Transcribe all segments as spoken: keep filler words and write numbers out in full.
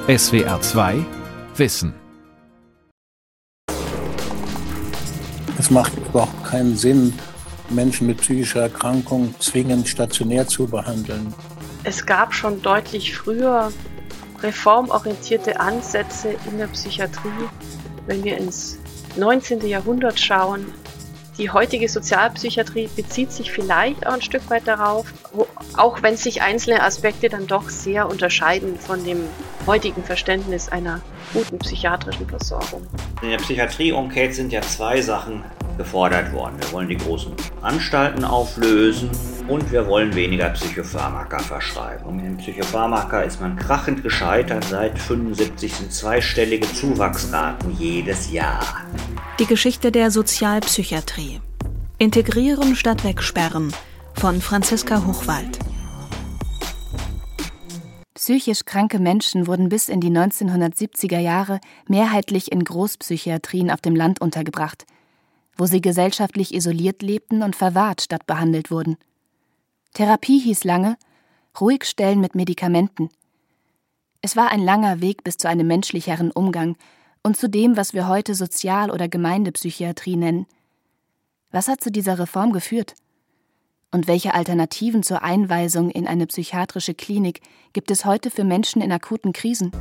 S W R zwei Wissen. Es macht überhaupt keinen Sinn, Menschen mit psychischer Erkrankung zwingend stationär zu behandeln. Es gab schon deutlich früher reformorientierte Ansätze in der Psychiatrie. Wenn wir ins neunzehnten Jahrhundert schauen, die heutige Sozialpsychiatrie bezieht sich vielleicht auch ein Stück weit darauf, wo, auch wenn sich einzelne Aspekte dann doch sehr unterscheiden von dem heutigen Verständnis einer guten psychiatrischen Versorgung. In der Psychiatrie-Umkehr sind ja zwei Sachen gefordert worden. Wir wollen die großen Anstalten auflösen und wir wollen weniger Psychopharmaka verschreiben. Und mit den Psychopharmaka ist man krachend gescheitert. Seit fünfundsiebzig sind zweistellige Zuwachsraten jedes Jahr. Die Geschichte der Sozialpsychiatrie. Integrieren statt wegsperren von Franziska Hochwald. Psychisch kranke Menschen wurden bis in die neunzehnhundertsiebziger Jahre mehrheitlich in Großpsychiatrien auf dem Land untergebracht, wo sie gesellschaftlich isoliert lebten und verwahrt statt behandelt wurden. Therapie hieß lange Ruhigstellen mit Medikamenten. Es war ein langer Weg bis zu einem menschlicheren Umgang und zu dem, was wir heute Sozial- oder Gemeindepsychiatrie nennen. Was hat zu dieser Reform geführt? Und welche Alternativen zur Einweisung in eine psychiatrische Klinik gibt es heute für Menschen in akuten Krisen?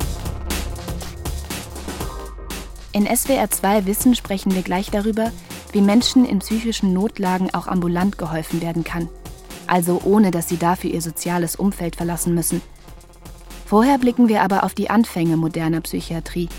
In S W R zwei Wissen sprechen wir gleich darüber, wie Menschen in psychischen Notlagen auch ambulant geholfen werden kann, also ohne dass sie dafür ihr soziales Umfeld verlassen müssen. Vorher blicken wir aber auf die Anfänge moderner Psychiatrie.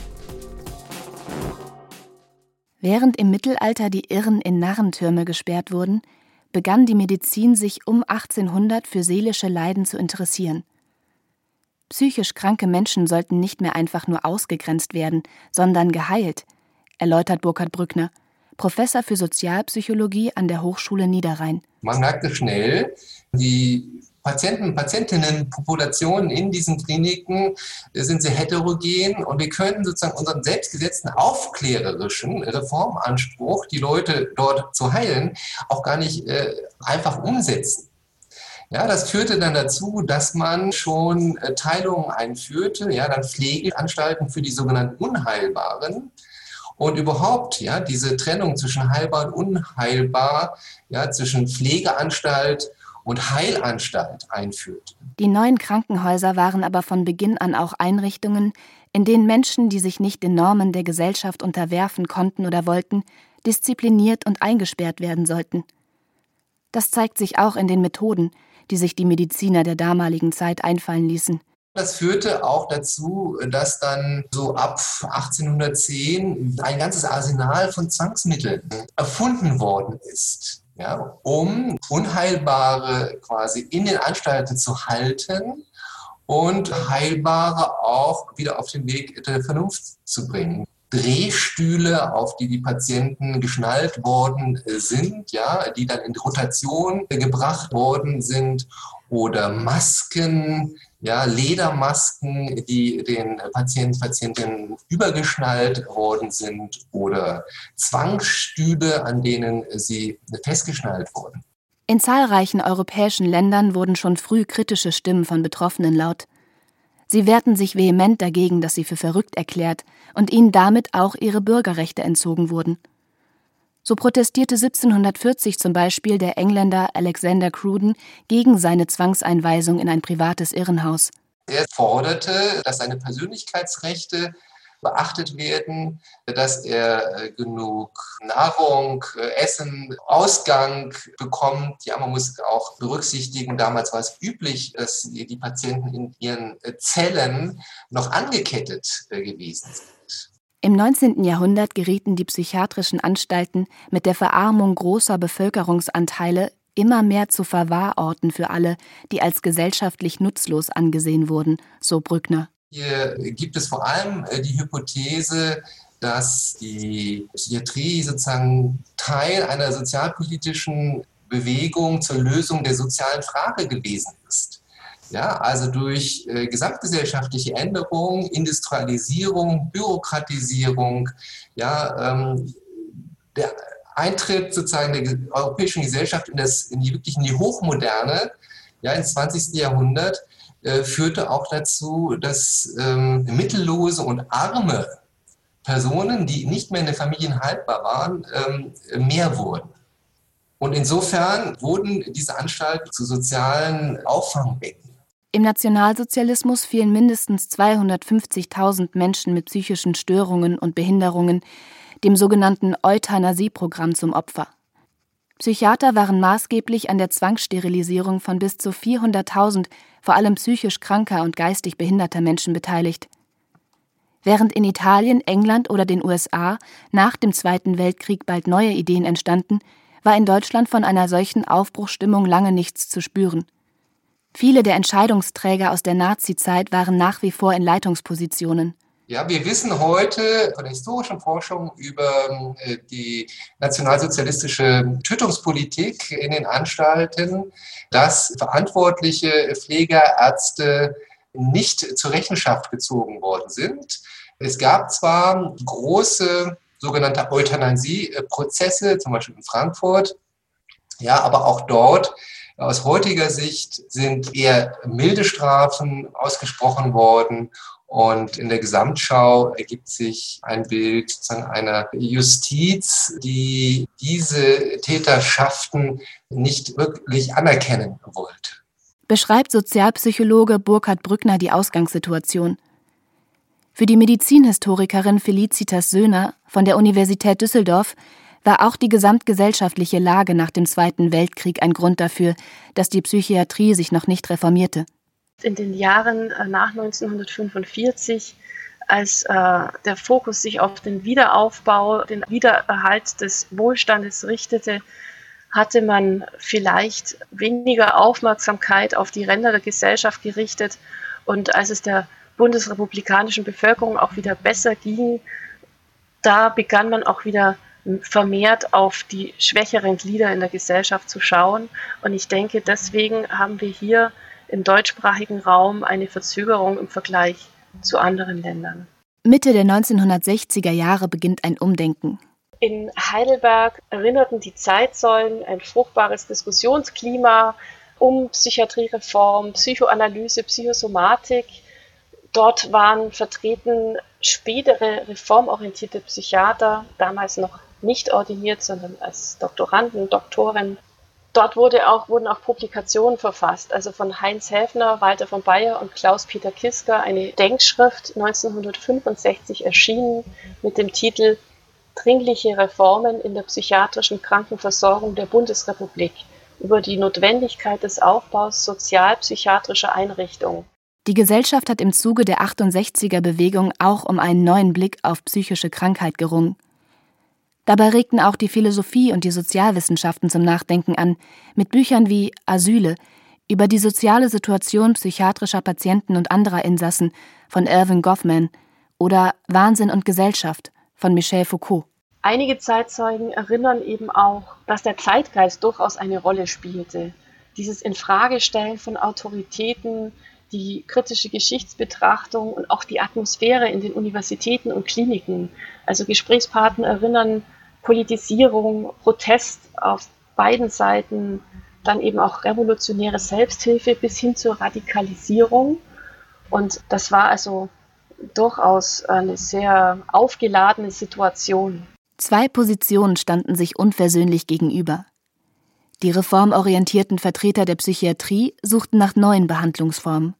Während im Mittelalter die Irren in Narrentürme gesperrt wurden, begann die Medizin sich um achtzehnhundert für seelische Leiden zu interessieren. Psychisch kranke Menschen sollten nicht mehr einfach nur ausgegrenzt werden, sondern geheilt, erläutert Burkhard Brückner, Professor für Sozialpsychologie an der Hochschule Niederrhein. Man merkte schnell, die Patienten- und Patientinnenpopulationen in diesen Kliniken sind sehr heterogen und wir können sozusagen unseren selbstgesetzten aufklärerischen Reformanspruch, die Leute dort zu heilen, auch gar nicht äh, einfach umsetzen. Ja, das führte dann dazu, dass man schon äh, Teilungen einführte, ja, dann Pflegeanstalten für die sogenannten Unheilbaren. Und überhaupt, ja, diese Trennung zwischen heilbar und unheilbar, ja, zwischen Pflegeanstalt und Heilanstalt einführt. Die neuen Krankenhäuser waren aber von Beginn an auch Einrichtungen, in denen Menschen, die sich nicht den Normen der Gesellschaft unterwerfen konnten oder wollten, diszipliniert und eingesperrt werden sollten. Das zeigt sich auch in den Methoden, die sich die Mediziner der damaligen Zeit einfallen ließen. Das führte auch dazu, dass dann so ab achtzehnhundertzehn ein ganzes Arsenal von Zwangsmitteln erfunden worden ist. Ja, um Unheilbare quasi in den Anstalten zu halten und Heilbare auch wieder auf den Weg der Vernunft zu bringen. Drehstühle, auf die die Patienten geschnallt worden sind, ja, die dann in Rotation gebracht worden sind, oder Masken, ja, Ledermasken, die den Patienten, Patientinnen übergeschnallt worden sind, oder Zwangsstühle, an denen sie festgeschnallt wurden. In zahlreichen europäischen Ländern wurden schon früh kritische Stimmen von Betroffenen laut. Sie wehrten sich vehement dagegen, dass sie für verrückt erklärt und ihnen damit auch ihre Bürgerrechte entzogen wurden. So protestierte siebzehnhundertvierzig zum Beispiel der Engländer Alexander Cruden gegen seine Zwangseinweisung in ein privates Irrenhaus. Er forderte, dass seine Persönlichkeitsrechte beachtet werden, dass er genug Nahrung, Essen, Ausgang bekommt. Ja, man muss auch berücksichtigen, damals war es üblich, dass die Patienten in ihren Zellen noch angekettet gewesen sind. Im neunzehnten Jahrhundert gerieten die psychiatrischen Anstalten mit der Verarmung großer Bevölkerungsanteile immer mehr zu Verwahrorten für alle, die als gesellschaftlich nutzlos angesehen wurden, so Brückner. Hier gibt es vor allem die Hypothese, dass die Psychiatrie sozusagen Teil einer sozialpolitischen Bewegung zur Lösung der sozialen Frage gewesen ist. Ja, also durch äh, gesamtgesellschaftliche Änderungen, Industrialisierung, Bürokratisierung, ja, ähm, der Eintritt sozusagen der europäischen Gesellschaft in, das, in die wirklich in die Hochmoderne, ja, ins zwanzigsten Jahrhundert, äh, führte auch dazu, dass ähm, mittellose und arme Personen, die nicht mehr in den Familien haltbar waren, ähm, mehr wurden. Und insofern wurden diese Anstalten zu sozialen Auffangbecken. Im Nationalsozialismus fielen mindestens zweihundertfünfzigtausend Menschen mit psychischen Störungen und Behinderungen dem sogenannten Euthanasie-Programm zum Opfer. Psychiater waren maßgeblich an der Zwangssterilisierung von bis zu vierhunderttausend, vor allem psychisch kranker und geistig behinderter Menschen beteiligt. Während in Italien, England oder den U S A nach dem Zweiten Weltkrieg bald neue Ideen entstanden, war in Deutschland von einer solchen Aufbruchsstimmung lange nichts zu spüren. Viele der Entscheidungsträger aus der Nazizeit waren nach wie vor in Leitungspositionen. Ja, wir wissen heute von der historischen Forschung über äh, die nationalsozialistische Tötungspolitik in den Anstalten, dass verantwortliche Pfleger, Ärzte nicht zur Rechenschaft gezogen worden sind. Es gab zwar große sogenannte Euthanasie-Prozesse, zum Beispiel in Frankfurt, ja, aber auch dort aus heutiger Sicht sind eher milde Strafen ausgesprochen worden. Und in der Gesamtschau ergibt sich ein Bild sozusagen einer Justiz, die diese Täterschaften nicht wirklich anerkennen wollte. Beschreibt Sozialpsychologe Burkhard Brückner die Ausgangssituation. Für die Medizinhistorikerin Felicitas Söhner von der Universität Düsseldorf war auch die gesamtgesellschaftliche Lage nach dem Zweiten Weltkrieg ein Grund dafür, dass die Psychiatrie sich noch nicht reformierte. In den Jahren nach neunzehnhundertfünfundvierzig, als äh, der Fokus sich auf den Wiederaufbau, den Wiedererhalt des Wohlstandes richtete, hatte man vielleicht weniger Aufmerksamkeit auf die Ränder der Gesellschaft gerichtet. Und als es der bundesrepublikanischen Bevölkerung auch wieder besser ging, da begann man auch wieder vermehrt auf die schwächeren Glieder in der Gesellschaft zu schauen. Und ich denke, deswegen haben wir hier im deutschsprachigen Raum eine Verzögerung im Vergleich zu anderen Ländern. Mitte der neunzehnhundertsechziger Jahre beginnt ein Umdenken. In Heidelberg erinnerten die Zeitzeugen ein fruchtbares Diskussionsklima um Psychiatriereform, Psychoanalyse, Psychosomatik. Dort waren vertreten spätere reformorientierte Psychiater, damals noch nicht ordiniert, sondern als Doktoranden, Doktoren. Dort wurde auch, wurden auch Publikationen verfasst, also von Heinz Häfner, Walter von Bayer und Klaus-Peter Kisker, eine Denkschrift neunzehnhundertfünfundsechzig erschienen mit dem Titel Dringliche Reformen in der psychiatrischen Krankenversorgung der Bundesrepublik über die Notwendigkeit des Aufbaus sozialpsychiatrischer Einrichtungen. Die Gesellschaft hat im Zuge der achtundsechziger-Bewegung auch um einen neuen Blick auf psychische Krankheit gerungen. Dabei regten auch die Philosophie und die Sozialwissenschaften zum Nachdenken an, mit Büchern wie Asyle über die soziale Situation psychiatrischer Patienten und anderer Insassen von Erving Goffman oder Wahnsinn und Gesellschaft von Michel Foucault. Einige Zeitzeugen erinnern eben auch, dass der Zeitgeist durchaus eine Rolle spielte. Dieses Infragestellen von Autoritäten, die kritische Geschichtsbetrachtung und auch die Atmosphäre in den Universitäten und Kliniken. Also Gesprächspartner erinnern Politisierung, Protest auf beiden Seiten, dann eben auch revolutionäre Selbsthilfe bis hin zur Radikalisierung. Und das war also durchaus eine sehr aufgeladene Situation. Zwei Positionen standen sich unversöhnlich gegenüber. Die reformorientierten Vertreter der Psychiatrie suchten nach neuen Behandlungsformen.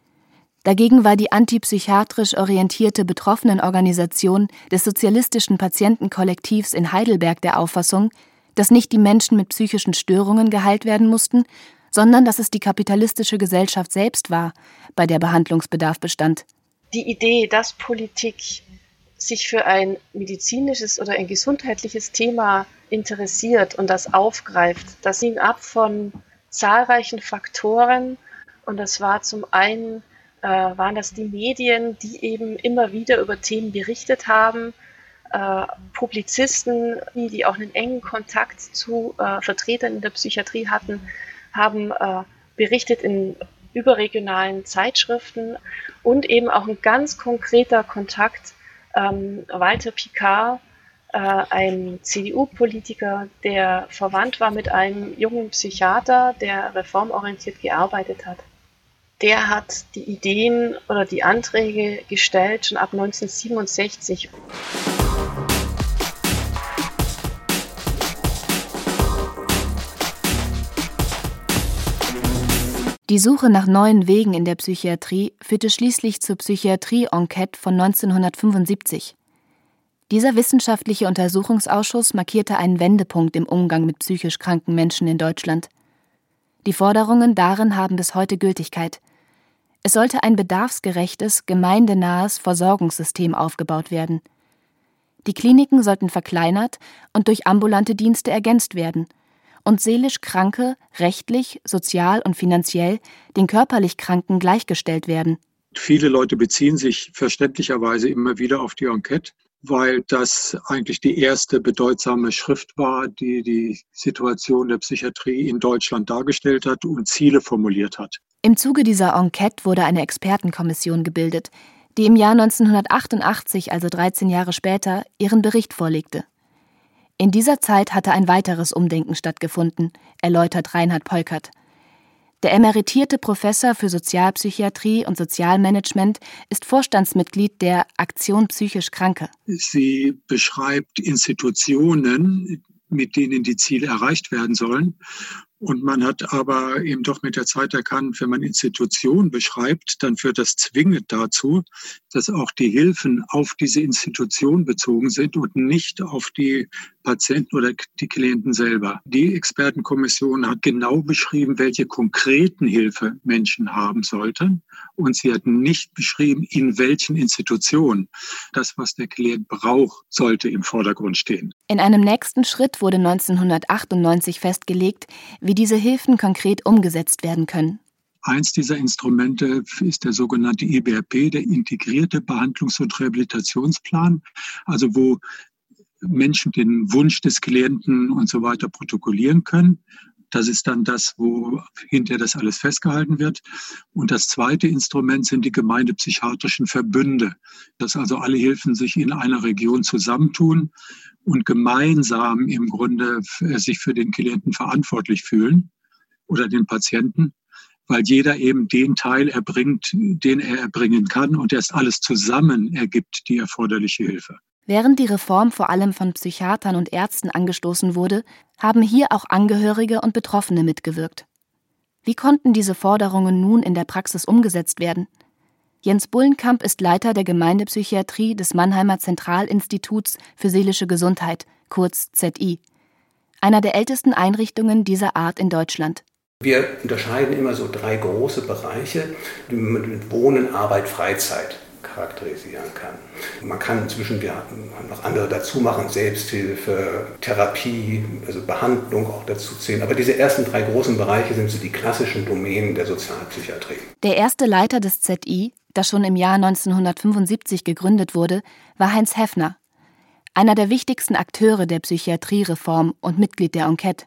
Dagegen war die antipsychiatrisch orientierte Betroffenenorganisation des sozialistischen Patientenkollektivs in Heidelberg der Auffassung, dass nicht die Menschen mit psychischen Störungen geheilt werden mussten, sondern dass es die kapitalistische Gesellschaft selbst war, bei der Behandlungsbedarf bestand. Die Idee, dass Politik sich für ein medizinisches oder ein gesundheitliches Thema interessiert und das aufgreift, das hing ab von zahlreichen Faktoren. Und das war zum einen, äh, waren das die Medien, die eben immer wieder über Themen berichtet haben, äh, Publizisten, die, die auch einen engen Kontakt zu äh, Vertretern in der Psychiatrie hatten, haben äh, berichtet in überregionalen Zeitschriften und eben auch ein ganz konkreter Kontakt. Ähm, Walter Picard, äh, ein C D U-Politiker, der verwandt war mit einem jungen Psychiater, der reformorientiert gearbeitet hat. der hat die Ideen oder die Anträge gestellt schon ab neunzehnhundertsiebenundsechzig. Die Suche nach neuen Wegen in der Psychiatrie führte schließlich zur Psychiatrie-Enquete von neunzehnhundertfünfundsiebzig. Dieser wissenschaftliche Untersuchungsausschuss markierte einen Wendepunkt im Umgang mit psychisch kranken Menschen in Deutschland. Die Forderungen darin haben bis heute Gültigkeit. Es sollte ein bedarfsgerechtes, gemeindenahes Versorgungssystem aufgebaut werden. Die Kliniken sollten verkleinert und durch ambulante Dienste ergänzt werden und seelisch Kranke rechtlich, sozial und finanziell den körperlich Kranken gleichgestellt werden. Viele Leute beziehen sich verständlicherweise immer wieder auf die Enquete, weil das eigentlich die erste bedeutsame Schrift war, die die Situation der Psychiatrie in Deutschland dargestellt hat und Ziele formuliert hat. Im Zuge dieser Enquete wurde eine Expertenkommission gebildet, die im Jahr neunzehnhundertachtundachtzig, also dreizehn Jahre später, ihren Bericht vorlegte. In dieser Zeit hatte ein weiteres Umdenken stattgefunden, erläutert Reinhard Peukert. Der emeritierte Professor für Sozialpsychiatrie und Sozialmanagement ist Vorstandsmitglied der Aktion Psychisch Kranke. Sie beschreibt Institutionen, mit denen die Ziele erreicht werden sollen. Und man hat aber eben doch mit der Zeit erkannt, wenn man Institutionen beschreibt, dann führt das zwingend dazu, dass auch die Hilfen auf diese Institution bezogen sind und nicht auf die Patienten oder die Klienten selber. Die Expertenkommission hat genau beschrieben, welche konkreten Hilfe Menschen haben sollten. Und sie hat nicht beschrieben, in welchen Institutionen. Das, was der Klient braucht, sollte im Vordergrund stehen. In einem nächsten Schritt wurde neunzehnhundertachtundneunzig festgelegt, wie diese Hilfen konkret umgesetzt werden können. Eins dieser Instrumente ist der sogenannte I B R P, der integrierte Behandlungs- und Rehabilitationsplan, also wo Menschen den Wunsch des Klienten und so weiter protokollieren können. Das ist dann das, wo hinterher das alles festgehalten wird. Und das zweite Instrument sind die gemeindepsychiatrischen Verbünde, dass also alle Hilfen sich in einer Region zusammentun und gemeinsam im Grunde sich für den Klienten verantwortlich fühlen oder den Patienten, weil jeder eben den Teil erbringt, den er erbringen kann und erst alles zusammen ergibt die erforderliche Hilfe. Während die Reform vor allem von Psychiatern und Ärzten angestoßen wurde, haben hier auch Angehörige und Betroffene mitgewirkt. Wie konnten diese Forderungen nun in der Praxis umgesetzt werden? Jens Bullenkamp ist Leiter der Gemeindepsychiatrie des Mannheimer Zentralinstituts für seelische Gesundheit, kurz Z I, einer der ältesten Einrichtungen dieser Art in Deutschland. Wir unterscheiden immer so drei große Bereiche, die man mit Wohnen, Arbeit, Freizeit charakterisieren kann. Man kann inzwischen wir noch andere dazu machen, Selbsthilfe, Therapie, also Behandlung auch dazu zählen. Aber diese ersten drei großen Bereiche sind so die klassischen Domänen der Sozialpsychiatrie. Der erste Leiter des Z I, das schon im Jahr neunzehnhundertfünfundsiebzig gegründet wurde, war Heinz Heffner, einer der wichtigsten Akteure der Psychiatriereform und Mitglied der Enquete.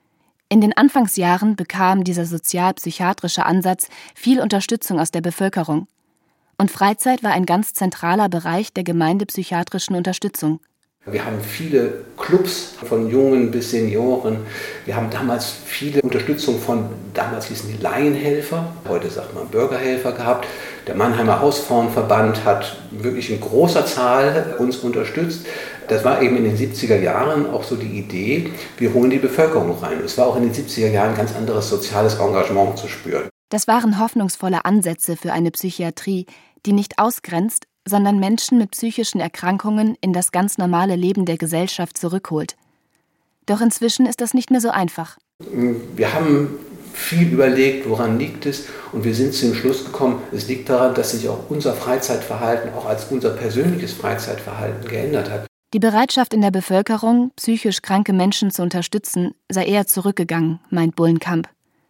In den Anfangsjahren bekam dieser sozialpsychiatrische Ansatz viel Unterstützung aus der Bevölkerung. Und Freizeit war ein ganz zentraler Bereich der gemeindepsychiatrischen Unterstützung. Wir haben viele Clubs von Jungen bis Senioren. Wir haben damals viele Unterstützung von, damals hießen die Laienhelfer, heute sagt man Bürgerhelfer gehabt. Der Mannheimer Hausfrauenverband hat wirklich in großer Zahl uns unterstützt. Das war eben in den siebziger Jahren auch so die Idee, wir holen die Bevölkerung rein. Es war auch in den siebziger Jahren ein ganz anderes soziales Engagement zu spüren. Das waren hoffnungsvolle Ansätze für eine Psychiatrie, die nicht ausgrenzt, sondern Menschen mit psychischen Erkrankungen in das ganz normale Leben der Gesellschaft zurückholt. Doch inzwischen ist das nicht mehr so einfach. Wir haben viel überlegt, woran liegt es, und wir sind zu dem Schluss gekommen, es liegt daran, dass sich auch unser Freizeitverhalten, auch als unser persönliches Freizeitverhalten geändert hat. Die Bereitschaft in der Bevölkerung, psychisch kranke Menschen zu unterstützen, sei eher zurückgegangen, meint Bullenkamp.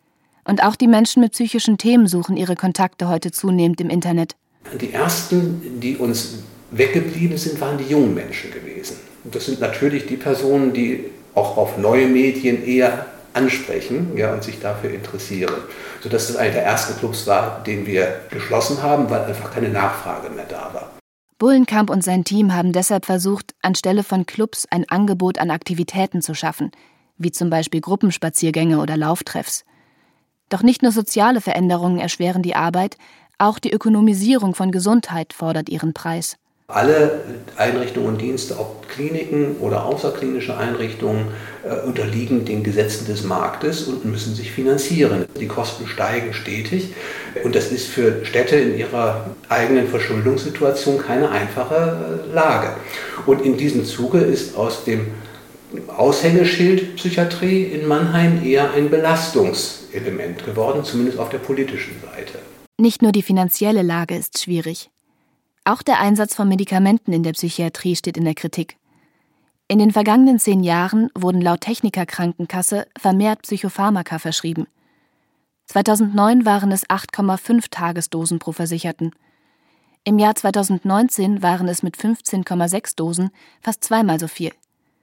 Und auch die Menschen mit psychischen Themen suchen ihre Kontakte heute zunehmend im Internet. Die ersten, die uns weggeblieben sind, waren die jungen Menschen gewesen. Und das sind natürlich die Personen, die auch auf neue Medien eher ansprechen, ja, und sich dafür interessieren. Sodass das einer der ersten Clubs war, den wir geschlossen haben, weil einfach keine Nachfrage mehr da war. Bullenkamp und sein Team haben deshalb versucht, anstelle von Clubs ein Angebot an Aktivitäten zu schaffen, wie zum Beispiel Gruppenspaziergänge oder Lauftreffs. Doch nicht nur soziale Veränderungen erschweren die Arbeit, auch die Ökonomisierung von Gesundheit fordert ihren Preis. Alle Einrichtungen und Dienste, ob Kliniken oder außerklinische Einrichtungen, äh, unterliegen den Gesetzen des Marktes und müssen sich finanzieren. Die Kosten steigen stetig und das ist für Städte in ihrer eigenen Verschuldungssituation keine einfache äh, Lage. Und in diesem Zuge ist aus dem Aushängeschild Psychiatrie in Mannheim eher ein Belastungselement geworden, zumindest auf der politischen Seite. Nicht nur die finanzielle Lage ist schwierig. Auch der Einsatz von Medikamenten in der Psychiatrie steht in der Kritik. In den vergangenen zehn Jahren wurden laut Techniker-Krankenkasse vermehrt Psychopharmaka verschrieben. zweitausendneun waren es acht Komma fünf Tagesdosen pro Versicherten. Im Jahr zweitausendneunzehn waren es mit fünfzehn Komma sechs Dosen fast zweimal so viel.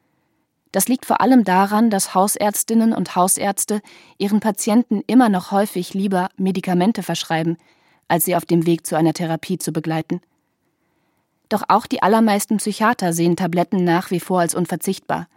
Das liegt vor allem daran, dass Hausärztinnen und Hausärzte ihren Patienten immer noch häufig lieber Medikamente verschreiben, als sie auf dem Weg zu einer Therapie zu begleiten. Doch auch die allermeisten Psychiater sehen Tabletten nach wie vor als unverzichtbar.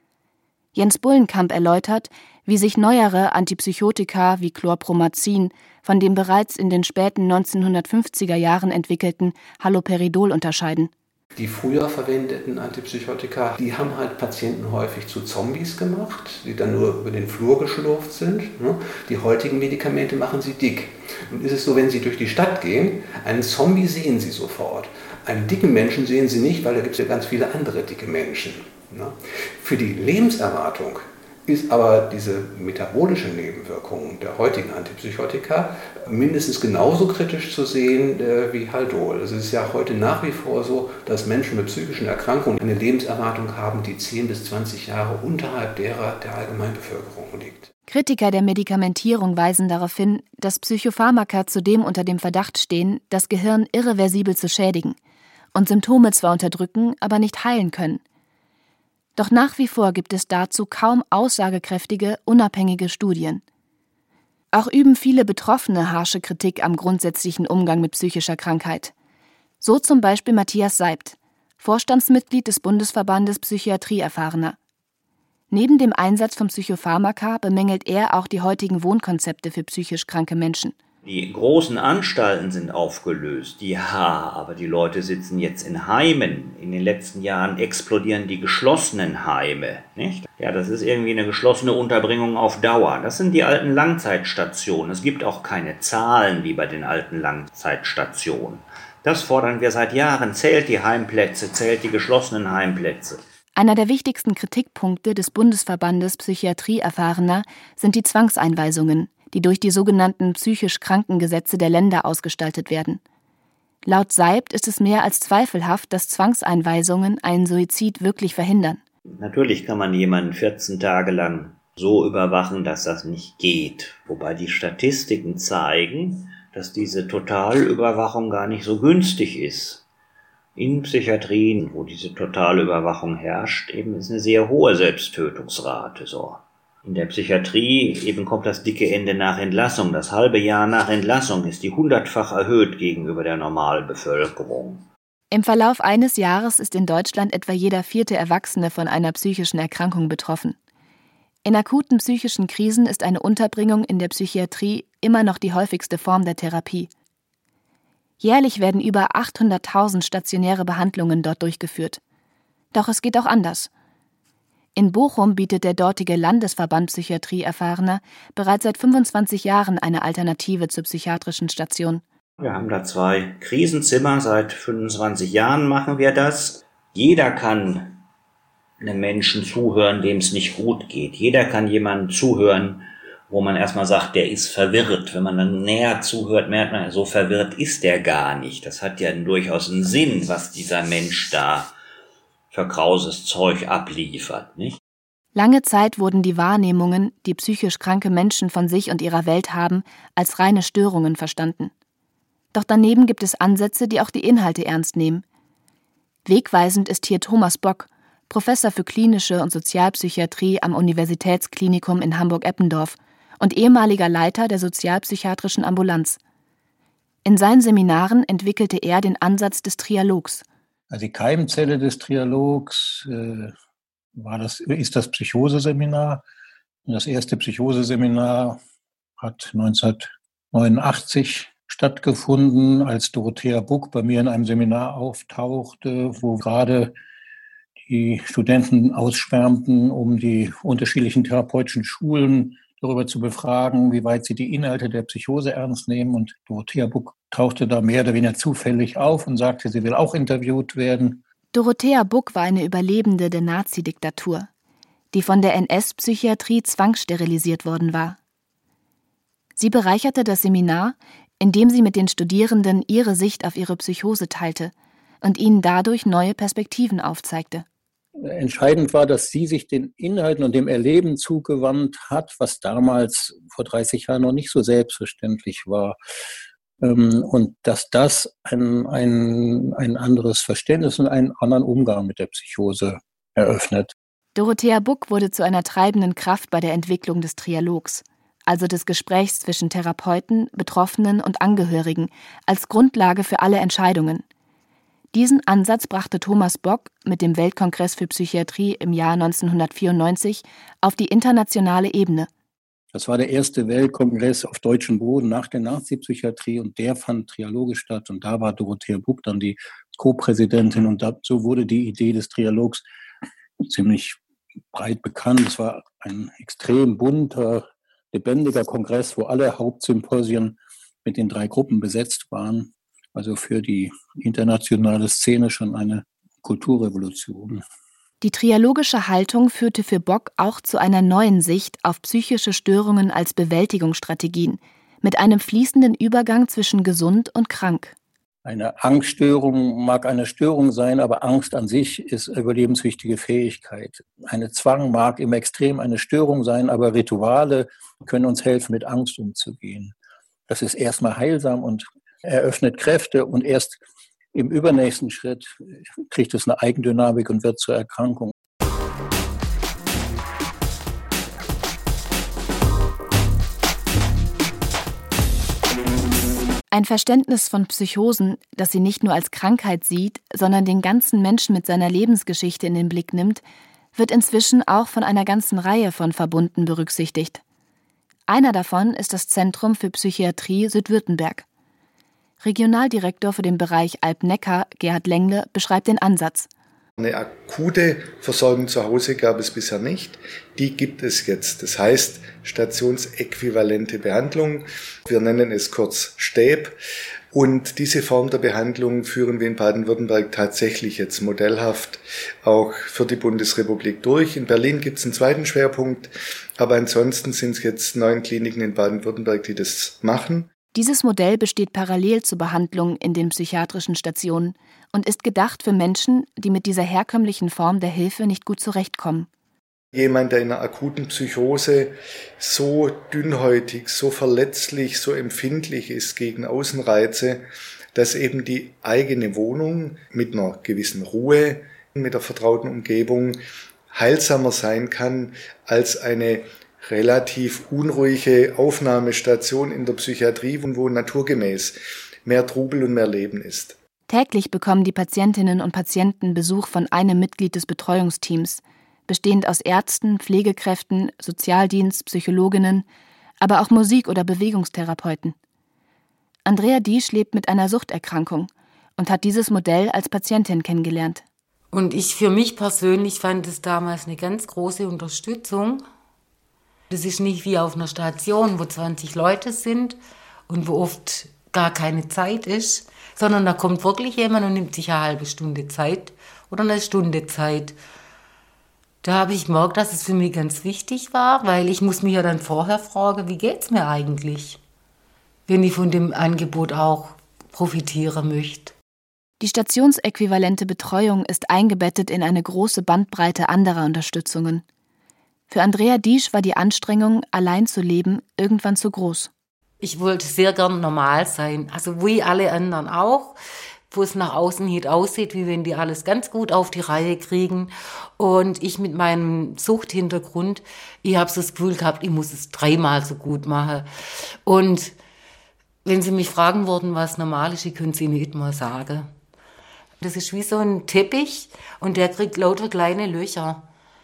Jens Bullenkamp erläutert, wie sich neuere Antipsychotika wie Chlorpromazin von dem bereits in den späten neunzehnhundertfünfziger Jahren entwickelten Haloperidol unterscheiden. Die früher verwendeten Antipsychotika, die haben halt Patienten häufig zu Zombies gemacht, die dann nur über den Flur geschlurft sind. Die heutigen Medikamente machen sie dick. Und ist es so, wenn Sie durch die Stadt gehen, einen Zombie sehen Sie sofort. Einen dicken Menschen sehen Sie nicht, weil da gibt es ja ganz viele andere dicke Menschen. Für die Lebenserwartung ist aber diese metabolische Nebenwirkung der heutigen Antipsychotika mindestens genauso kritisch zu sehen äh, wie Haldol. Es ist ja heute nach wie vor so, dass Menschen mit psychischen Erkrankungen eine Lebenserwartung haben, die zehn bis zwanzig Jahre unterhalb derer der Allgemeinbevölkerung liegt. Kritiker der Medikamentierung weisen darauf hin, dass Psychopharmaka zudem unter dem Verdacht stehen, das Gehirn irreversibel zu schädigen und Symptome zwar unterdrücken, aber nicht heilen können. Doch nach wie vor gibt es dazu kaum aussagekräftige, unabhängige Studien. Auch üben viele Betroffene harsche Kritik am grundsätzlichen Umgang mit psychischer Krankheit. So zum Beispiel Matthias Seibt, Vorstandsmitglied des Bundesverbandes Psychiatrieerfahrener. Neben dem Einsatz von Psychopharmaka bemängelt er auch die heutigen Wohnkonzepte für psychisch kranke Menschen. Die großen Anstalten sind aufgelöst, ja, aber die Leute sitzen jetzt in Heimen. In den letzten Jahren explodieren die geschlossenen Heime, nicht? Ja, das ist irgendwie eine geschlossene Unterbringung auf Dauer. Das sind die alten Langzeitstationen. Es gibt auch keine Zahlen wie bei den alten Langzeitstationen. Das fordern wir seit Jahren. Zählt die Heimplätze, zählt die geschlossenen Heimplätze. Einer der wichtigsten Kritikpunkte des Bundesverbandes Psychiatrieerfahrener sind die Zwangseinweisungen, die durch die sogenannten psychisch Krankengesetze der Länder ausgestaltet werden. Laut Seibt ist es mehr als zweifelhaft, dass Zwangseinweisungen einen Suizid wirklich verhindern. Natürlich kann man jemanden vierzehn Tage lang so überwachen, dass das nicht geht. Wobei die Statistiken zeigen, dass diese Totalüberwachung gar nicht so günstig ist. In Psychiatrien, wo diese Totalüberwachung herrscht, eben ist eine sehr hohe Selbsttötungsrate so. In der Psychiatrie eben kommt das dicke Ende nach Entlassung. Das halbe Jahr nach Entlassung ist die hundertfach erhöht gegenüber der Normalbevölkerung. Im Verlauf eines Jahres ist in Deutschland etwa jeder vierte Erwachsene von einer psychischen Erkrankung betroffen. In akuten psychischen Krisen ist eine Unterbringung in der Psychiatrie immer noch die häufigste Form der Therapie. Jährlich werden über achthunderttausend stationäre Behandlungen dort durchgeführt. Doch es geht auch anders. In Bochum bietet der dortige Landesverband Psychiatrieerfahrener bereits seit fünfundzwanzig Jahren eine Alternative zur psychiatrischen Station. Wir haben da zwei Krisenzimmer, seit fünfundzwanzig Jahren machen wir das. Jeder kann einem Menschen zuhören, dem es nicht gut geht. Jeder kann jemandem zuhören, wo man erstmal sagt, der ist verwirrt. Wenn man dann näher zuhört, merkt man, so verwirrt ist der gar nicht. Das hat ja durchaus einen Sinn, was dieser Mensch da für krauses Zeug abliefert, nicht? Lange Zeit wurden die Wahrnehmungen, die psychisch kranke Menschen von sich und ihrer Welt haben, als reine Störungen verstanden. Doch daneben gibt es Ansätze, die auch die Inhalte ernst nehmen. Wegweisend ist hier Thomas Bock, Professor für klinische und Sozialpsychiatrie am Universitätsklinikum in Hamburg-Eppendorf und ehemaliger Leiter der sozialpsychiatrischen Ambulanz. In seinen Seminaren entwickelte er den Ansatz des Trialogs. Also die Keimzelle des Trialogs äh, war das, ist das Psychoseseminar. Und das erste Psychoseseminar hat neunzehnhundertneunundachtzig stattgefunden, als Dorothea Buck bei mir in einem Seminar auftauchte, wo gerade die Studenten ausschwärmten, um die unterschiedlichen therapeutischen Schulen darüber zu befragen, wie weit sie die Inhalte der Psychose ernst nehmen. Und Dorothea Buck tauchte da mehr oder weniger zufällig auf und sagte, sie will auch interviewt werden. Dorothea Buck war eine Überlebende der Nazidiktatur, die von der N S-Psychiatrie zwangssterilisiert worden war. Sie bereicherte das Seminar, indem sie mit den Studierenden ihre Sicht auf ihre Psychose teilte und ihnen dadurch neue Perspektiven aufzeigte. Entscheidend war, dass sie sich den Inhalten und dem Erleben zugewandt hat, was damals vor dreißig Jahren noch nicht so selbstverständlich war. Und dass das ein, ein, ein anderes Verständnis und einen anderen Umgang mit der Psychose eröffnet. Dorothea Buck wurde zu einer treibenden Kraft bei der Entwicklung des Trialogs, also des Gesprächs zwischen Therapeuten, Betroffenen und Angehörigen, als Grundlage für alle Entscheidungen. Diesen Ansatz brachte Thomas Bock mit dem Weltkongress für Psychiatrie im Jahr neunzehnhundertvierundneunzig auf die internationale Ebene. Das war der erste Weltkongress auf deutschem Boden nach der Nazi-Psychiatrie und der fand trialogisch statt. Und da war Dorothea Buck dann die Co-Präsidentin und so wurde die Idee des Trialogs ziemlich breit bekannt. Es war ein extrem bunter, lebendiger Kongress, wo alle Hauptsymposien mit den drei Gruppen besetzt waren. Also für die internationale Szene schon eine Kulturrevolution. Die trialogische Haltung führte für Bock auch zu einer neuen Sicht auf psychische Störungen als Bewältigungsstrategien, mit einem fließenden Übergang zwischen gesund und krank. Eine Angststörung mag eine Störung sein, aber Angst an sich ist eine überlebenswichtige Fähigkeit. Eine Zwang mag im Extrem eine Störung sein, aber Rituale können uns helfen, mit Angst umzugehen. Das ist erstmal heilsam und eröffnet Kräfte und erst im übernächsten Schritt kriegt es eine Eigendynamik und wird zur Erkrankung. Ein Verständnis von Psychosen, das sie nicht nur als Krankheit sieht, sondern den ganzen Menschen mit seiner Lebensgeschichte in den Blick nimmt, wird inzwischen auch von einer ganzen Reihe von Verbunden berücksichtigt. Einer davon ist das Zentrum für Psychiatrie Südwürttemberg. Regionaldirektor für den Bereich Alb-Neckar, Gerhard Lengle, beschreibt den Ansatz. Eine akute Versorgung zu Hause gab es bisher nicht. Die gibt es jetzt. Das heißt stationsäquivalente Behandlung. Wir nennen es kurz STÄB. Und diese Form der Behandlung führen wir in Baden-Württemberg tatsächlich jetzt modellhaft auch für die Bundesrepublik durch. In Berlin gibt es einen zweiten Schwerpunkt, aber ansonsten sind es jetzt neun Kliniken in Baden-Württemberg, die das machen. Dieses Modell besteht parallel zur Behandlung in den psychiatrischen Stationen und ist gedacht für Menschen, die mit dieser herkömmlichen Form der Hilfe nicht gut zurechtkommen. Jemand, der in einer akuten Psychose so dünnhäutig, so verletzlich, so empfindlich ist gegen Außenreize, dass eben die eigene Wohnung mit einer gewissen Ruhe, mit der vertrauten Umgebung heilsamer sein kann als eine relativ unruhige Aufnahmestation in der Psychiatrie, wo naturgemäß mehr Trubel und mehr Leben ist. Täglich bekommen die Patientinnen und Patienten Besuch von einem Mitglied des Betreuungsteams, bestehend aus Ärzten, Pflegekräften, Sozialdienst, Psychologinnen, aber auch Musik- oder Bewegungstherapeuten. Andrea Diesch lebt mit einer Suchterkrankung und hat dieses Modell als Patientin kennengelernt. Und ich für mich persönlich fand es damals eine ganz große Unterstützung. Das ist nicht wie auf einer Station, wo zwanzig Leute sind und wo oft gar keine Zeit ist, sondern da kommt wirklich jemand und nimmt sich eine halbe Stunde Zeit oder eine Stunde Zeit. Da habe ich gemerkt, dass es für mich ganz wichtig war, weil ich muss mich ja dann vorher fragen, wie geht's mir eigentlich, wenn ich von dem Angebot auch profitieren möchte. Die stationsäquivalente Betreuung ist eingebettet in eine große Bandbreite anderer Unterstützungen. Für Andrea Diesch war die Anstrengung, allein zu leben, irgendwann zu groß. Ich wollte sehr gern normal sein, also wie alle anderen auch, wo es nach außen hin aussieht, wie wenn die alles ganz gut auf die Reihe kriegen. Und ich mit meinem Suchthintergrund, ich habe so das Gefühl gehabt, ich muss es dreimal so gut machen. Und wenn Sie mich fragen würden, was normal ist, ich könnte es Ihnen nicht mal sagen. Das ist wie so ein Teppich und der kriegt lauter kleine Löcher.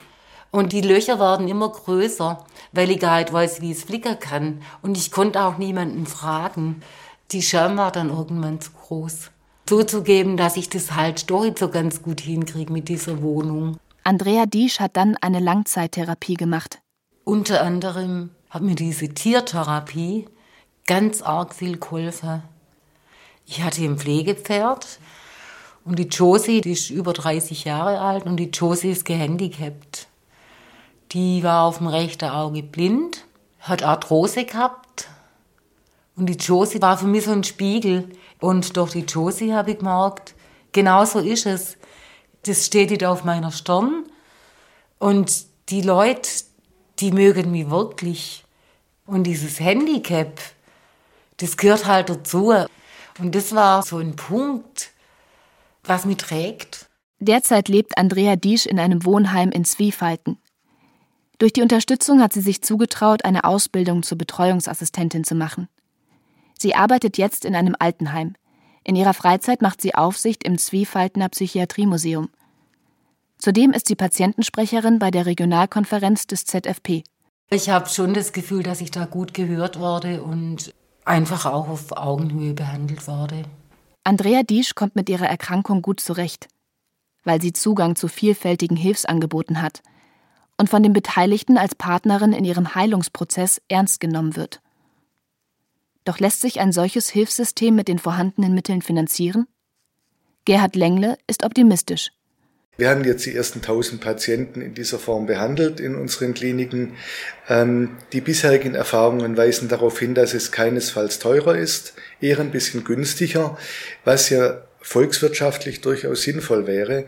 Und die Löcher werden immer größer, weil ich gar nicht weiß, wie es flicken kann. Und ich konnte auch niemanden fragen. Die Scham war dann irgendwann zu groß. Zuzugeben, dass ich das halt doch nicht so ganz gut hinkriege mit dieser Wohnung. Andrea Diesch hat dann eine Langzeittherapie gemacht. Unter anderem hat mir diese Tiertherapie ganz arg viel geholfen. Ich hatte ein Pflegepferd und die Josie, die ist über dreißig Jahre alt und die Josie ist gehandicapt. Die war auf dem rechten Auge blind, hat Arthrose gehabt und die Josie war für mich so ein Spiegel. Und durch die Josie habe ich gemerkt, genau so ist es. Das steht nicht auf meiner Stirn und die Leute, die mögen mich wirklich. Und dieses Handicap, das gehört halt dazu. Und das war so ein Punkt, was mich trägt. Derzeit lebt Andrea Diesch in einem Wohnheim in Zwiefalten. Durch die Unterstützung hat sie sich zugetraut, eine Ausbildung zur Betreuungsassistentin zu machen. Sie arbeitet jetzt in einem Altenheim. In ihrer Freizeit macht sie Aufsicht im Zwiefaltener Psychiatriemuseum. Zudem ist sie Patientensprecherin bei der Regionalkonferenz des Z F P. Ich habe schon das Gefühl, dass ich da gut gehört wurde und einfach auch auf Augenhöhe behandelt wurde. Andrea Diesch kommt mit ihrer Erkrankung gut zurecht, weil sie Zugang zu vielfältigen Hilfsangeboten hat und von den Beteiligten als Partnerin in ihrem Heilungsprozess ernst genommen wird. Doch lässt sich ein solches Hilfssystem mit den vorhandenen Mitteln finanzieren? Gerhard Lengle ist optimistisch. Wir haben jetzt die ersten tausend Patienten in dieser Form behandelt in unseren Kliniken. Ähm, die bisherigen Erfahrungen weisen darauf hin, dass es keinesfalls teurer ist, eher ein bisschen günstiger, was ja volkswirtschaftlich durchaus sinnvoll wäre.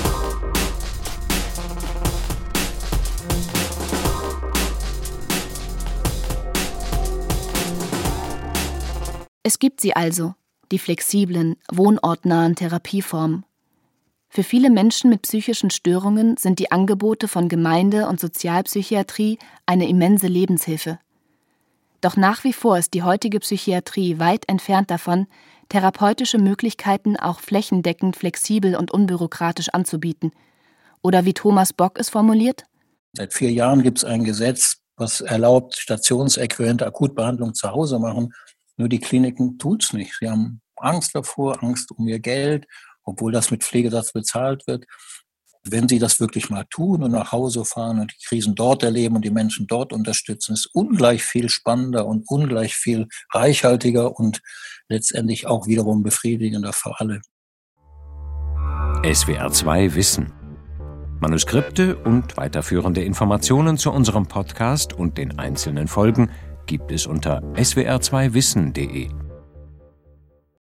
Es gibt sie also, die flexiblen, wohnortnahen Therapieformen. Für viele Menschen mit psychischen Störungen sind die Angebote von Gemeinde- und Sozialpsychiatrie eine immense Lebenshilfe. Doch nach wie vor ist die heutige Psychiatrie weit entfernt davon, therapeutische Möglichkeiten auch flächendeckend, flexibel und unbürokratisch anzubieten. Oder wie Thomas Bock es formuliert: Seit vier Jahren gibt es ein Gesetz, was erlaubt, stationsäquivalente Akutbehandlung zu Hause machen. Nur die Kliniken tun es nicht. Sie haben Angst davor, Angst um ihr Geld, obwohl das mit Pflegesatz bezahlt wird. Wenn sie das wirklich mal tun und nach Hause fahren und die Krisen dort erleben und die Menschen dort unterstützen, ist ungleich viel spannender und ungleich viel reichhaltiger und letztendlich auch wiederum befriedigender für alle. S W R zwei Wissen. Manuskripte und weiterführende Informationen zu unserem Podcast und den einzelnen Folgen gibt es unter s w r zwei wissen punkt d e.